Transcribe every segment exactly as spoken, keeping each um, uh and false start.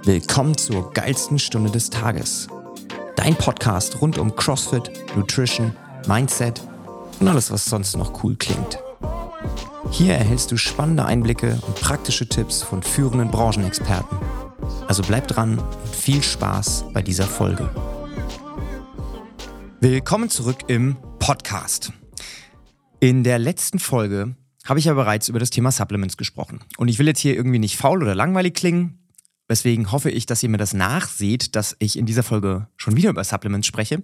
Willkommen zur geilsten Stunde des Tages. Dein Podcast rund um CrossFit, Nutrition, Mindset und alles, was sonst noch cool klingt. Hier erhältst du spannende Einblicke und praktische Tipps von führenden Branchenexperten. Also bleib dran und viel Spaß bei dieser Folge. Willkommen zurück im Podcast. In der letzten Folge habe ich ja bereits über das Thema Supplements gesprochen. Und ich will jetzt hier irgendwie nicht faul oder langweilig klingen. Deswegen hoffe ich, dass ihr mir das nachseht, dass ich in dieser Folge schon wieder über Supplements spreche.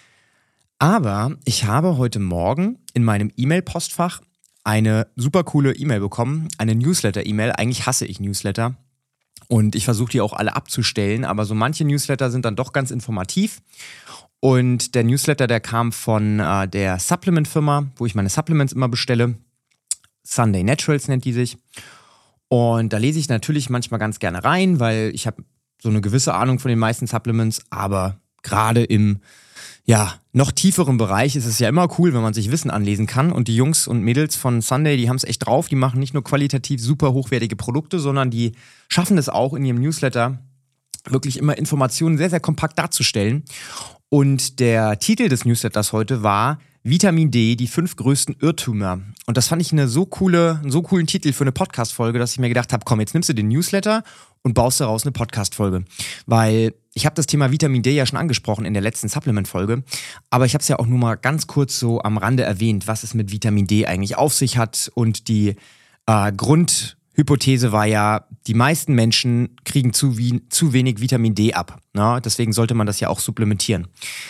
Aber ich habe heute Morgen in meinem E-Mail-Postfach eine super coole E-Mail bekommen, eine Newsletter-E-Mail. Eigentlich hasse ich Newsletter und ich versuche die auch alle abzustellen, aber so manche Newsletter sind dann doch ganz informativ. Und der Newsletter, der kam von äh, der Supplement-Firma, wo ich meine Supplements immer bestelle. Sunday Naturals nennt die sich. Und da lese ich natürlich manchmal ganz gerne rein, weil ich habe so eine gewisse Ahnung von den meisten Supplements, aber gerade im ja, noch tieferen Bereich ist es ja immer cool, wenn man sich Wissen anlesen kann. Und die Jungs und Mädels von Sunday, die haben es echt drauf. Die machen nicht nur qualitativ super hochwertige Produkte, sondern die schaffen es auch in ihrem Newsletter wirklich immer Informationen sehr, sehr kompakt darzustellen. Und der Titel des Newsletters heute war Vitamin D, die fünf größten Irrtümer. Und das fand ich eine so coole, einen so coolen Titel für eine Podcast-Folge, dass ich mir gedacht habe, komm, jetzt nimmst du den Newsletter und baust daraus eine Podcast-Folge. Weil ich habe das Thema Vitamin D ja schon angesprochen in der letzten Supplement-Folge, aber ich habe es ja auch nur mal ganz kurz so am Rande erwähnt, was es mit Vitamin D eigentlich auf sich hat. Und die äh, Grundhypothese war ja, die meisten Menschen kriegen zu, wie, zu wenig Vitamin D ab. Na? Deswegen sollte man das ja auch supplementieren.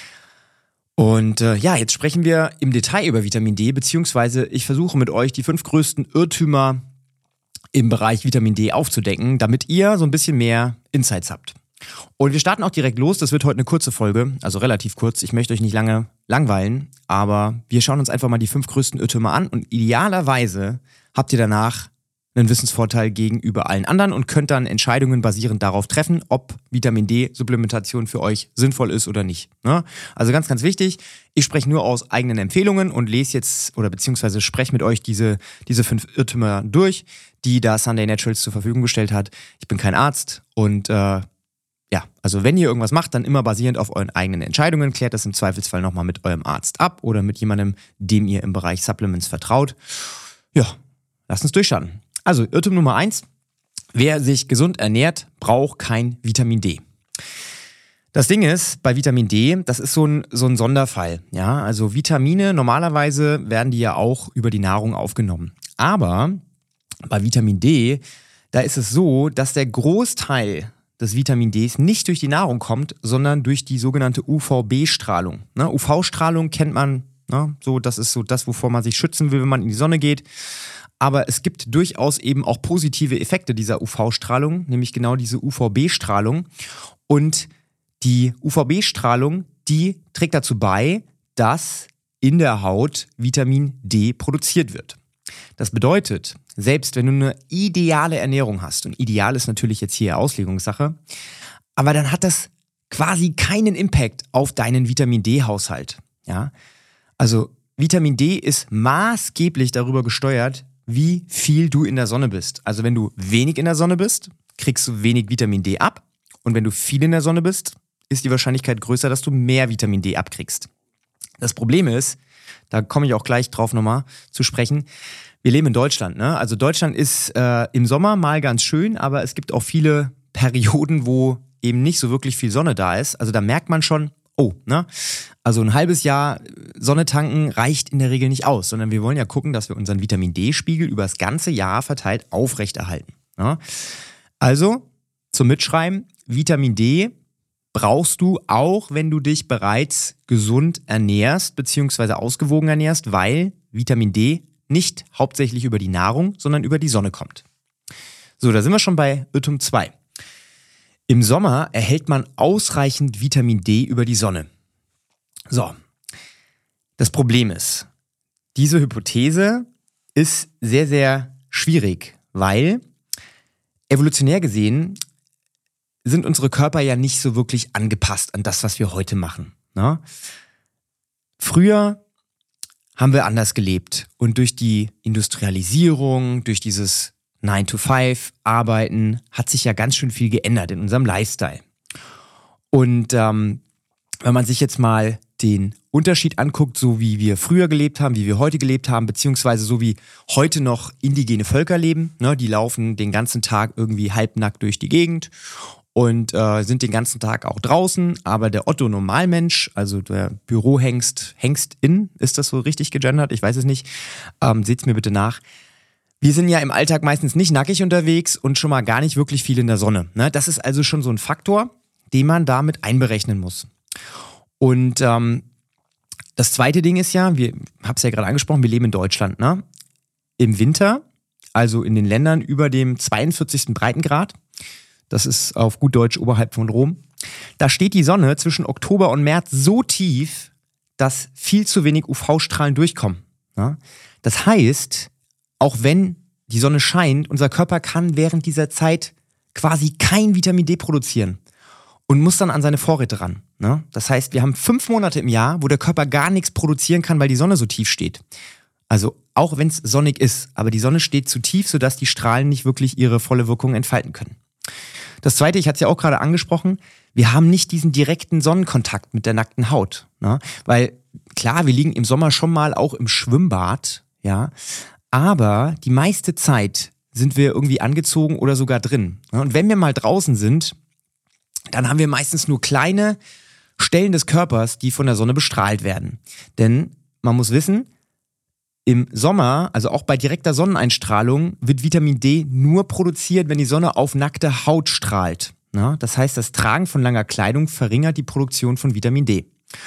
Und äh, ja, jetzt sprechen wir im Detail über Vitamin D, beziehungsweise ich versuche mit euch die fünf größten Irrtümer im Bereich Vitamin D aufzudecken, damit ihr so ein bisschen mehr Insights habt. Und wir starten auch direkt los, das wird heute eine kurze Folge, also relativ kurz, ich möchte euch nicht lange langweilen, aber wir schauen uns einfach mal die fünf größten Irrtümer an und idealerweise habt ihr danach einen Wissensvorteil gegenüber allen anderen und könnt dann Entscheidungen basierend darauf treffen, ob Vitamin D-Supplementation für euch sinnvoll ist oder nicht. Ne? Also ganz, ganz wichtig, ich spreche nur aus eigenen Empfehlungen und lese jetzt oder beziehungsweise spreche mit euch diese, diese fünf Irrtümer durch, die da Sunday Naturals zur Verfügung gestellt hat. Ich bin kein Arzt und äh, ja, also wenn ihr irgendwas macht, dann immer basierend auf euren eigenen Entscheidungen, klärt das im Zweifelsfall nochmal mit eurem Arzt ab oder mit jemandem, dem ihr im Bereich Supplements vertraut. Ja, lasst uns durchstarten. Also Irrtum Nummer eins, wer sich gesund ernährt, braucht kein Vitamin D. Das Ding ist, bei Vitamin D, das ist so ein, so ein Sonderfall. Ja? Also Vitamine, normalerweise werden die ja auch über die Nahrung aufgenommen. Aber bei Vitamin D, da ist es so, dass der Großteil des Vitamin Ds nicht durch die Nahrung kommt, sondern durch die sogenannte U V B-Strahlung. Ne? U V-Strahlung kennt man, ne? So, das ist so das, wovor man sich schützen will, wenn man in die Sonne geht. Aber es gibt durchaus eben auch positive Effekte dieser U V-Strahlung, nämlich genau diese U V B-Strahlung. Und die U V B-Strahlung, die trägt dazu bei, dass in der Haut Vitamin D produziert wird. Das bedeutet, selbst wenn du eine ideale Ernährung hast, und ideal ist natürlich jetzt hier Auslegungssache, aber dann hat das quasi keinen Impact auf deinen Vitamin D-Haushalt. Ja? Also Vitamin D ist maßgeblich darüber gesteuert, wie viel du in der Sonne bist. Also wenn du wenig in der Sonne bist, kriegst du wenig Vitamin D ab. Und wenn du viel in der Sonne bist, ist die Wahrscheinlichkeit größer, dass du mehr Vitamin D abkriegst. Das Problem ist, da komme ich auch gleich drauf nochmal zu sprechen, wir leben in Deutschland. Ne? Also Deutschland ist äh, im Sommer mal ganz schön, aber es gibt auch viele Perioden, wo eben nicht so wirklich viel Sonne da ist. Also da merkt man schon, oh, ne? Also ein halbes Jahr Sonne tanken reicht in der Regel nicht aus, sondern wir wollen ja gucken, dass wir unseren Vitamin D-Spiegel über das ganze Jahr verteilt aufrechterhalten. Ne? Also zum Mitschreiben, Vitamin D brauchst du auch, wenn du dich bereits gesund ernährst bzw. ausgewogen ernährst, weil Vitamin D nicht hauptsächlich über die Nahrung, sondern über die Sonne kommt. So, da sind wir schon bei Irrtum zwei. Im Sommer erhält man ausreichend Vitamin D über die Sonne. So, das Problem ist, diese Hypothese ist sehr, sehr schwierig, weil evolutionär gesehen sind unsere Körper ja nicht so wirklich angepasst an das, was wir heute machen. Ne? Früher haben wir anders gelebt und durch die Industrialisierung, durch dieses nine to five, Arbeiten, hat sich ja ganz schön viel geändert in unserem Lifestyle. Und ähm, wenn man sich jetzt mal den Unterschied anguckt, so wie wir früher gelebt haben, wie wir heute gelebt haben, beziehungsweise so wie heute noch indigene Völker leben, ne, die laufen den ganzen Tag irgendwie halbnackt durch die Gegend und äh, sind den ganzen Tag auch draußen, aber der Otto-Normalmensch, also der Bürohengst, Hengstin, ist das so richtig gegendert? Ich weiß es nicht, ähm, seht's mir bitte nach. Wir sind ja im Alltag meistens nicht nackig unterwegs und schon mal gar nicht wirklich viel in der Sonne. Ne? Das ist also schon so ein Faktor, den man damit einberechnen muss. Und ähm, das zweite Ding ist ja, wir haben es ja gerade angesprochen, wir leben in Deutschland. Ne? Im Winter, also in den Ländern über dem zweiundvierzigsten Breitengrad, das ist auf gut Deutsch oberhalb von Rom, da steht die Sonne zwischen Oktober und März so tief, dass viel zu wenig U V-Strahlen durchkommen. Ne? Das heißt, auch wenn die Sonne scheint, unser Körper kann während dieser Zeit quasi kein Vitamin D produzieren und muss dann an seine Vorräte ran. Ne? Das heißt, wir haben fünf Monate im Jahr, wo der Körper gar nichts produzieren kann, weil die Sonne so tief steht. Also auch wenn es sonnig ist, aber die Sonne steht zu tief, sodass die Strahlen nicht wirklich ihre volle Wirkung entfalten können. Das Zweite, ich hatte es ja auch gerade angesprochen, wir haben nicht diesen direkten Sonnenkontakt mit der nackten Haut. Ne? Weil klar, wir liegen im Sommer schon mal auch im Schwimmbad, ja, aber die meiste Zeit sind wir irgendwie angezogen oder sogar drin. Und wenn wir mal draußen sind, dann haben wir meistens nur kleine Stellen des Körpers, die von der Sonne bestrahlt werden. Denn man muss wissen, im Sommer, also auch bei direkter Sonneneinstrahlung, wird Vitamin D nur produziert, wenn die Sonne auf nackte Haut strahlt. Das heißt, das Tragen von langer Kleidung verringert die Produktion von Vitamin D.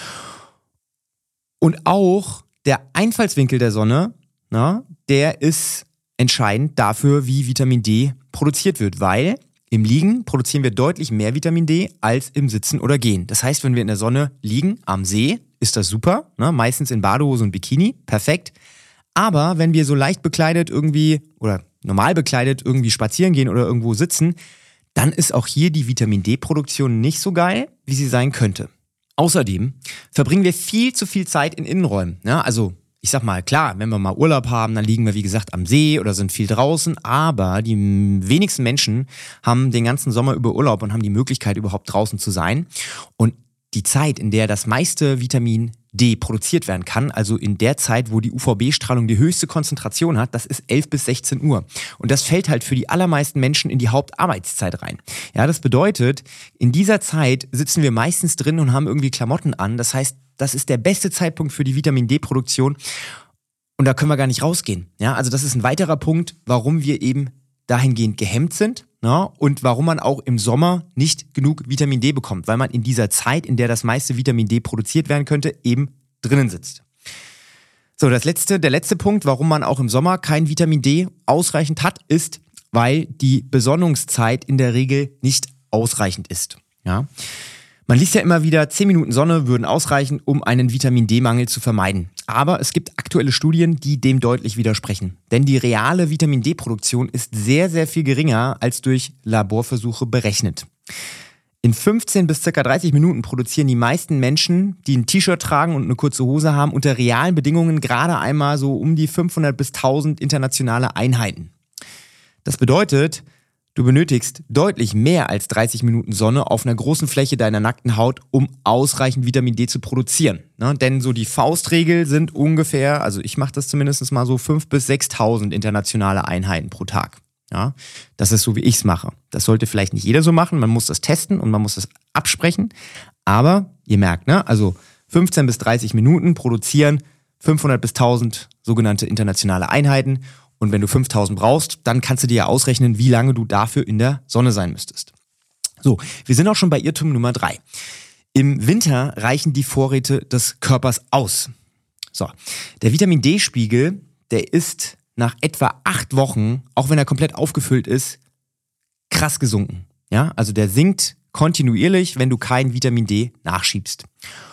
Und auch der Einfallswinkel der Sonne, na, der ist entscheidend dafür, wie Vitamin D produziert wird, weil im Liegen produzieren wir deutlich mehr Vitamin D als im Sitzen oder Gehen. Das heißt, wenn wir in der Sonne liegen, am See, ist das super, ne? Meistens in Badehose und Bikini, perfekt. Aber wenn wir so leicht bekleidet irgendwie oder normal bekleidet irgendwie spazieren gehen oder irgendwo sitzen, dann ist auch hier die Vitamin D-Produktion nicht so geil, wie sie sein könnte. Außerdem verbringen wir viel zu viel Zeit in Innenräumen, ja, also ich sag mal, klar, wenn wir mal Urlaub haben, dann liegen wir, wie gesagt, am See oder sind viel draußen, aber die wenigsten Menschen haben den ganzen Sommer über Urlaub und haben die Möglichkeit, überhaupt draußen zu sein. Und die Zeit, in der das meiste Vitamin D produziert werden kann, also in der Zeit, wo die U V B-Strahlung die höchste Konzentration hat, das ist elf bis sechzehn Uhr. Und das fällt halt für die allermeisten Menschen in die Hauptarbeitszeit rein. Ja, das bedeutet, in dieser Zeit sitzen wir meistens drin und haben irgendwie Klamotten an. Das heißt, das ist der beste Zeitpunkt für die Vitamin D-Produktion und da können wir gar nicht rausgehen. Ja, also das ist ein weiterer Punkt, warum wir eben dahingehend gehemmt sind, ja, und warum man auch im Sommer nicht genug Vitamin D bekommt, weil man in dieser Zeit, in der das meiste Vitamin D produziert werden könnte, eben drinnen sitzt. So, das letzte, der letzte Punkt, warum man auch im Sommer kein Vitamin D ausreichend hat, ist, weil die Besonnungszeit in der Regel nicht ausreichend ist. Ja. Man liest ja immer wieder, zehn Minuten Sonne würden ausreichen, um einen Vitamin D-Mangel zu vermeiden. Aber es gibt aktuelle Studien, die dem deutlich widersprechen. Denn die reale Vitamin D-Produktion ist sehr, sehr viel geringer als durch Laborversuche berechnet. In fünfzehn bis ca. dreißig Minuten produzieren die meisten Menschen, die ein T-Shirt tragen und eine kurze Hose haben, unter realen Bedingungen gerade einmal so um die fünfhundert bis tausend internationale Einheiten. Das bedeutet, du benötigst deutlich mehr als dreißig Minuten Sonne auf einer großen Fläche deiner nackten Haut, um ausreichend Vitamin D zu produzieren. Ne? Denn so die Faustregel sind ungefähr, also ich mache das zumindest mal so fünftausend bis sechstausend internationale Einheiten pro Tag. Ja? Das ist so, wie ich es mache. Das sollte vielleicht nicht jeder so machen, man muss das testen und man muss das absprechen. Aber ihr merkt, ne? Also fünfzehn bis dreißig Minuten produzieren fünfhundert bis tausend sogenannte internationale Einheiten. Und wenn du fünftausend brauchst, dann kannst du dir ja ausrechnen, wie lange du dafür in der Sonne sein müsstest. So, wir sind auch schon bei Irrtum Nummer drei. Im Winter reichen die Vorräte des Körpers aus. So, der Vitamin D-Spiegel, der ist nach etwa acht Wochen, auch wenn er komplett aufgefüllt ist, krass gesunken. Ja, also der sinkt kontinuierlich, wenn du kein Vitamin D nachschiebst.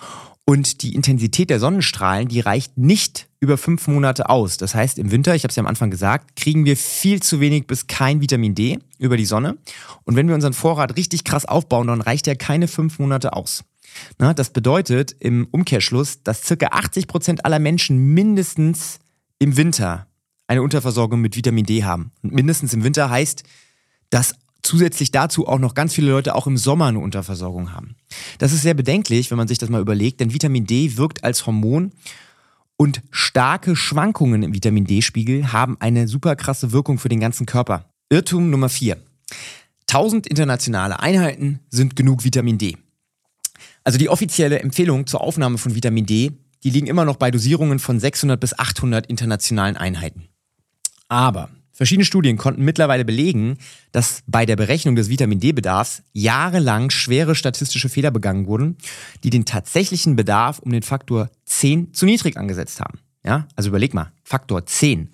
Und die Intensität der Sonnenstrahlen, die reicht nicht über fünf Monate aus. Das heißt, im Winter, ich habe es ja am Anfang gesagt, kriegen wir viel zu wenig bis kein Vitamin D über die Sonne. Und wenn wir unseren Vorrat richtig krass aufbauen, dann reicht der keine fünf Monate aus. Na, das bedeutet im Umkehrschluss, dass ca. achtzig Prozent aller Menschen mindestens im Winter eine Unterversorgung mit Vitamin D haben. Und mindestens im Winter heißt, dass zusätzlich dazu auch noch ganz viele Leute auch im Sommer eine Unterversorgung haben. Das ist sehr bedenklich, wenn man sich das mal überlegt, denn Vitamin D wirkt als Hormon und starke Schwankungen im Vitamin D-Spiegel haben eine super krasse Wirkung für den ganzen Körper. Irrtum Nummer vier. tausend internationale Einheiten sind genug Vitamin D. Also die offizielle Empfehlung zur Aufnahme von Vitamin D, die liegen immer noch bei Dosierungen von sechshundert bis achthundert internationalen Einheiten. Aber verschiedene Studien konnten mittlerweile belegen, dass bei der Berechnung des Vitamin D-Bedarfs jahrelang schwere statistische Fehler begangen wurden, die den tatsächlichen Bedarf um den Faktor zehn zu niedrig angesetzt haben. Ja, also überleg mal, Faktor zehn.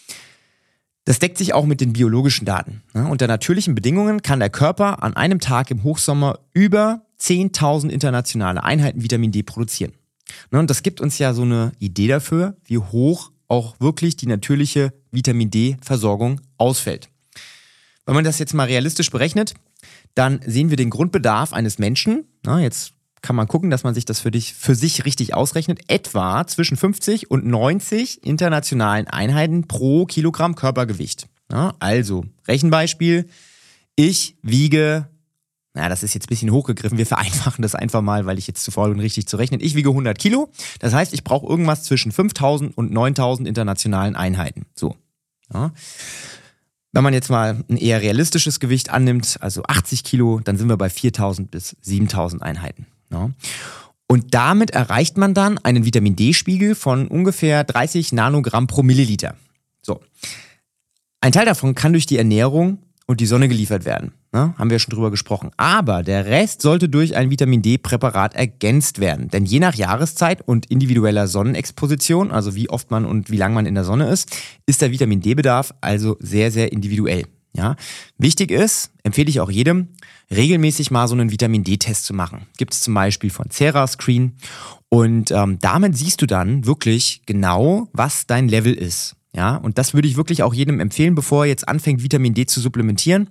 Das deckt sich auch mit den biologischen Daten. Unter natürlichen Bedingungen kann der Körper an einem Tag im Hochsommer über zehntausend internationale Einheiten Vitamin D produzieren. Und das gibt uns ja so eine Idee dafür, wie hoch auch wirklich die natürliche Vitamin D-Versorgung ausfällt. Wenn man das jetzt mal realistisch berechnet, dann sehen wir den Grundbedarf eines Menschen, na, jetzt kann man gucken, dass man sich das für, dich, für sich richtig ausrechnet, etwa zwischen fünfzig und neunzig internationalen Einheiten pro Kilogramm Körpergewicht. Ja, also, Rechenbeispiel, ich wiege, na, das ist jetzt ein bisschen hochgegriffen, wir vereinfachen das einfach mal, weil ich jetzt zu faul bin, richtig zu rechnen. Ich wiege hundert Kilo, das heißt, ich brauche irgendwas zwischen fünftausend und neuntausend internationalen Einheiten. So. Ja. Wenn man jetzt mal ein eher realistisches Gewicht annimmt, also achtzig Kilo, dann sind wir bei viertausend bis siebentausend Einheiten. Ja. Und damit erreicht man dann einen Vitamin D-Spiegel von ungefähr dreißig Nanogramm pro Milliliter. So. Ein Teil davon kann durch die Ernährung und die Sonne geliefert werden. Ne? Haben wir ja schon drüber gesprochen. Aber der Rest sollte durch ein Vitamin D-Präparat ergänzt werden. Denn je nach Jahreszeit und individueller Sonnenexposition, also wie oft man und wie lang man in der Sonne ist, ist der Vitamin D-Bedarf also sehr, sehr individuell. Ja? Wichtig ist, empfehle ich auch jedem, regelmäßig mal so einen Vitamin D-Test zu machen. Gibt es zum Beispiel von Cerascreen. Und ähm, damit siehst du dann wirklich genau, was dein Level ist. Ja, und das würde ich wirklich auch jedem empfehlen, bevor er jetzt anfängt, Vitamin D zu supplementieren.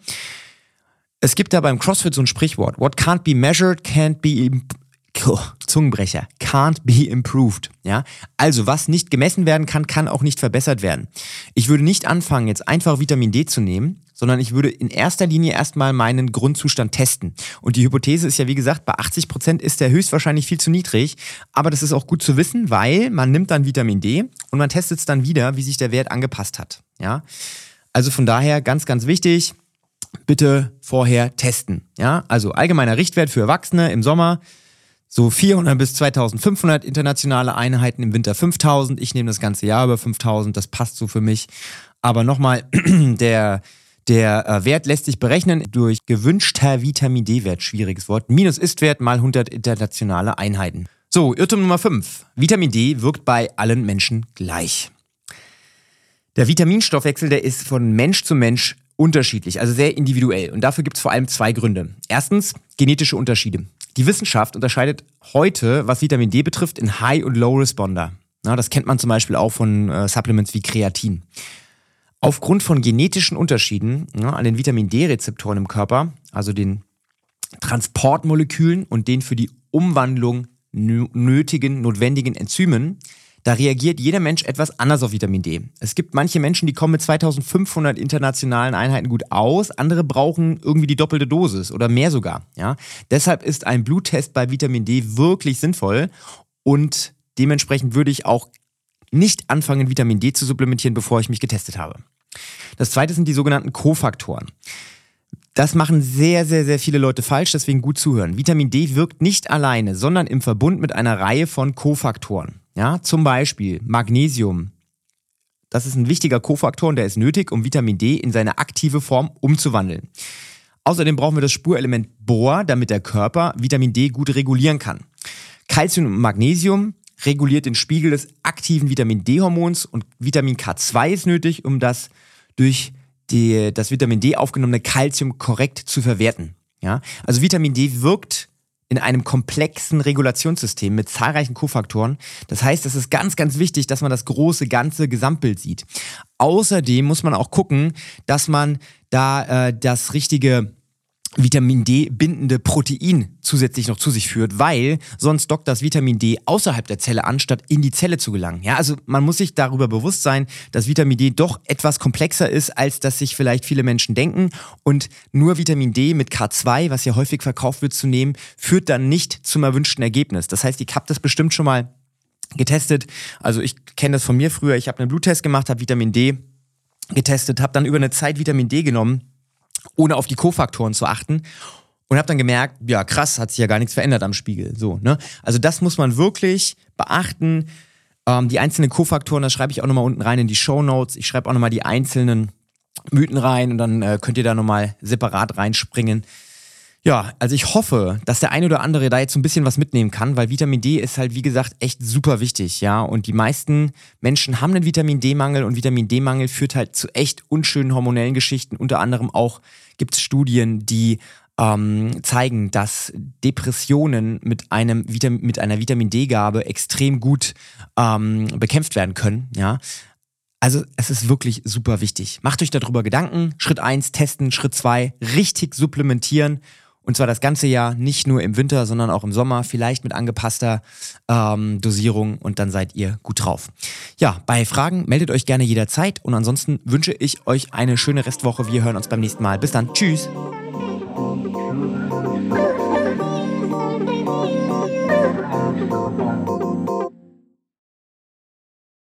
Es gibt da beim CrossFit so ein Sprichwort. What can't be measured can't be... Imp- oh, Zungenbrecher. Can't be improved. Ja, also was nicht gemessen werden kann, kann auch nicht verbessert werden. Ich würde nicht anfangen, jetzt einfach Vitamin D zu nehmen, sondern ich würde in erster Linie erstmal meinen Grundzustand testen. Und die Hypothese ist ja, wie gesagt, bei achtzig Prozent ist der höchstwahrscheinlich viel zu niedrig. Aber das ist auch gut zu wissen, weil man nimmt dann Vitamin D und man testet es dann wieder, wie sich der Wert angepasst hat. Ja? Also von daher ganz, ganz wichtig, bitte vorher testen. Ja? Also allgemeiner Richtwert für Erwachsene im Sommer, so vierhundert bis zweitausendfünfhundert internationale Einheiten, im Winter fünftausend. Ich nehme das ganze Jahr über fünftausend, das passt so für mich. Aber nochmal, der... Der äh, Wert lässt sich berechnen durch gewünschter Vitamin D-Wert, schwieriges Wort, minus Ist-Wert mal hundert internationale Einheiten. So, Irrtum Nummer fünf. Vitamin D wirkt bei allen Menschen gleich. Der Vitaminstoffwechsel, der ist von Mensch zu Mensch unterschiedlich, also sehr individuell. Und dafür gibt es vor allem zwei Gründe. Erstens, genetische Unterschiede. Die Wissenschaft unterscheidet heute, was Vitamin D betrifft, in High- und Low-Responder. Na, das kennt man zum Beispiel auch von äh, Supplements wie Kreatin. Aufgrund von genetischen Unterschieden ja, an den Vitamin-D-Rezeptoren im Körper, also den Transportmolekülen und den für die Umwandlung nötigen, notwendigen Enzymen, da reagiert jeder Mensch etwas anders auf Vitamin D. Es gibt manche Menschen, die kommen mit zweitausendfünfhundert internationalen Einheiten gut aus, andere brauchen irgendwie die doppelte Dosis oder mehr sogar. Ja? Deshalb ist ein Bluttest bei Vitamin D wirklich sinnvoll und dementsprechend würde ich auch nicht anfangen, Vitamin D zu supplementieren, bevor ich mich getestet habe. Das zweite sind die sogenannten Kofaktoren. Das machen sehr, sehr, sehr viele Leute falsch, deswegen gut zuhören. Vitamin D wirkt nicht alleine, sondern im Verbund mit einer Reihe von Kofaktoren. Ja, zum Beispiel Magnesium. Das ist ein wichtiger Kofaktor und der ist nötig, um Vitamin D in seine aktive Form umzuwandeln. Außerdem brauchen wir das Spurelement Bor, damit der Körper Vitamin D gut regulieren kann. Calcium und Magnesium reguliert den Spiegel des aktiven Vitamin D-Hormons und Vitamin K zwei ist nötig, um das durch die, das Vitamin D aufgenommene Calcium korrekt zu verwerten. Ja? Also Vitamin D wirkt in einem komplexen Regulationssystem mit zahlreichen Kofaktoren. Das heißt, es ist ganz, ganz wichtig, dass man das große, ganze Gesamtbild sieht. Außerdem muss man auch gucken, dass man da äh, das richtige Vitamin D bindende Protein zusätzlich noch zu sich führt, weil sonst dockt das Vitamin D außerhalb der Zelle an, statt in die Zelle zu gelangen. Ja, also man muss sich darüber bewusst sein, dass Vitamin D doch etwas komplexer ist, als das sich vielleicht viele Menschen denken. Und nur Vitamin D mit K zwei, was ja häufig verkauft wird, zu nehmen, führt dann nicht zum erwünschten Ergebnis. Das heißt, ich habe das bestimmt schon mal getestet. Also ich kenne das von mir früher. Ich habe einen Bluttest gemacht, habe Vitamin D getestet, habe dann über eine Zeit Vitamin D genommen, ohne auf die Kofaktoren zu achten, und habe dann gemerkt, ja krass, hat sich ja gar nichts verändert am Spiegel. So, ne? Also das muss man wirklich beachten. Ähm, die einzelnen Kofaktoren, das schreibe ich auch nochmal unten rein in die Shownotes. Ich schreibe auch nochmal die einzelnen Mythen rein und dann äh, könnt ihr da nochmal separat reinspringen. Ja, also ich hoffe, dass der ein oder andere da jetzt so ein bisschen was mitnehmen kann, weil Vitamin D ist halt, wie gesagt, echt super wichtig, ja. Und die meisten Menschen haben einen Vitamin D-Mangel und Vitamin D-Mangel führt halt zu echt unschönen hormonellen Geschichten. Unter anderem auch gibt es Studien, die ähm, zeigen, dass Depressionen mit einem Vitam- mit einer Vitamin D-Gabe extrem gut ähm, bekämpft werden können, ja. Also es ist wirklich super wichtig. Macht euch darüber Gedanken. Schritt eins, testen. Schritt zwei, richtig supplementieren. Und zwar das ganze Jahr, nicht nur im Winter, sondern auch im Sommer, vielleicht mit angepasster ähm, Dosierung, und dann seid ihr gut drauf. Ja, bei Fragen meldet euch gerne jederzeit, und ansonsten wünsche ich euch eine schöne Restwoche. Wir hören uns beim nächsten Mal. Bis dann. Tschüss. Thank you.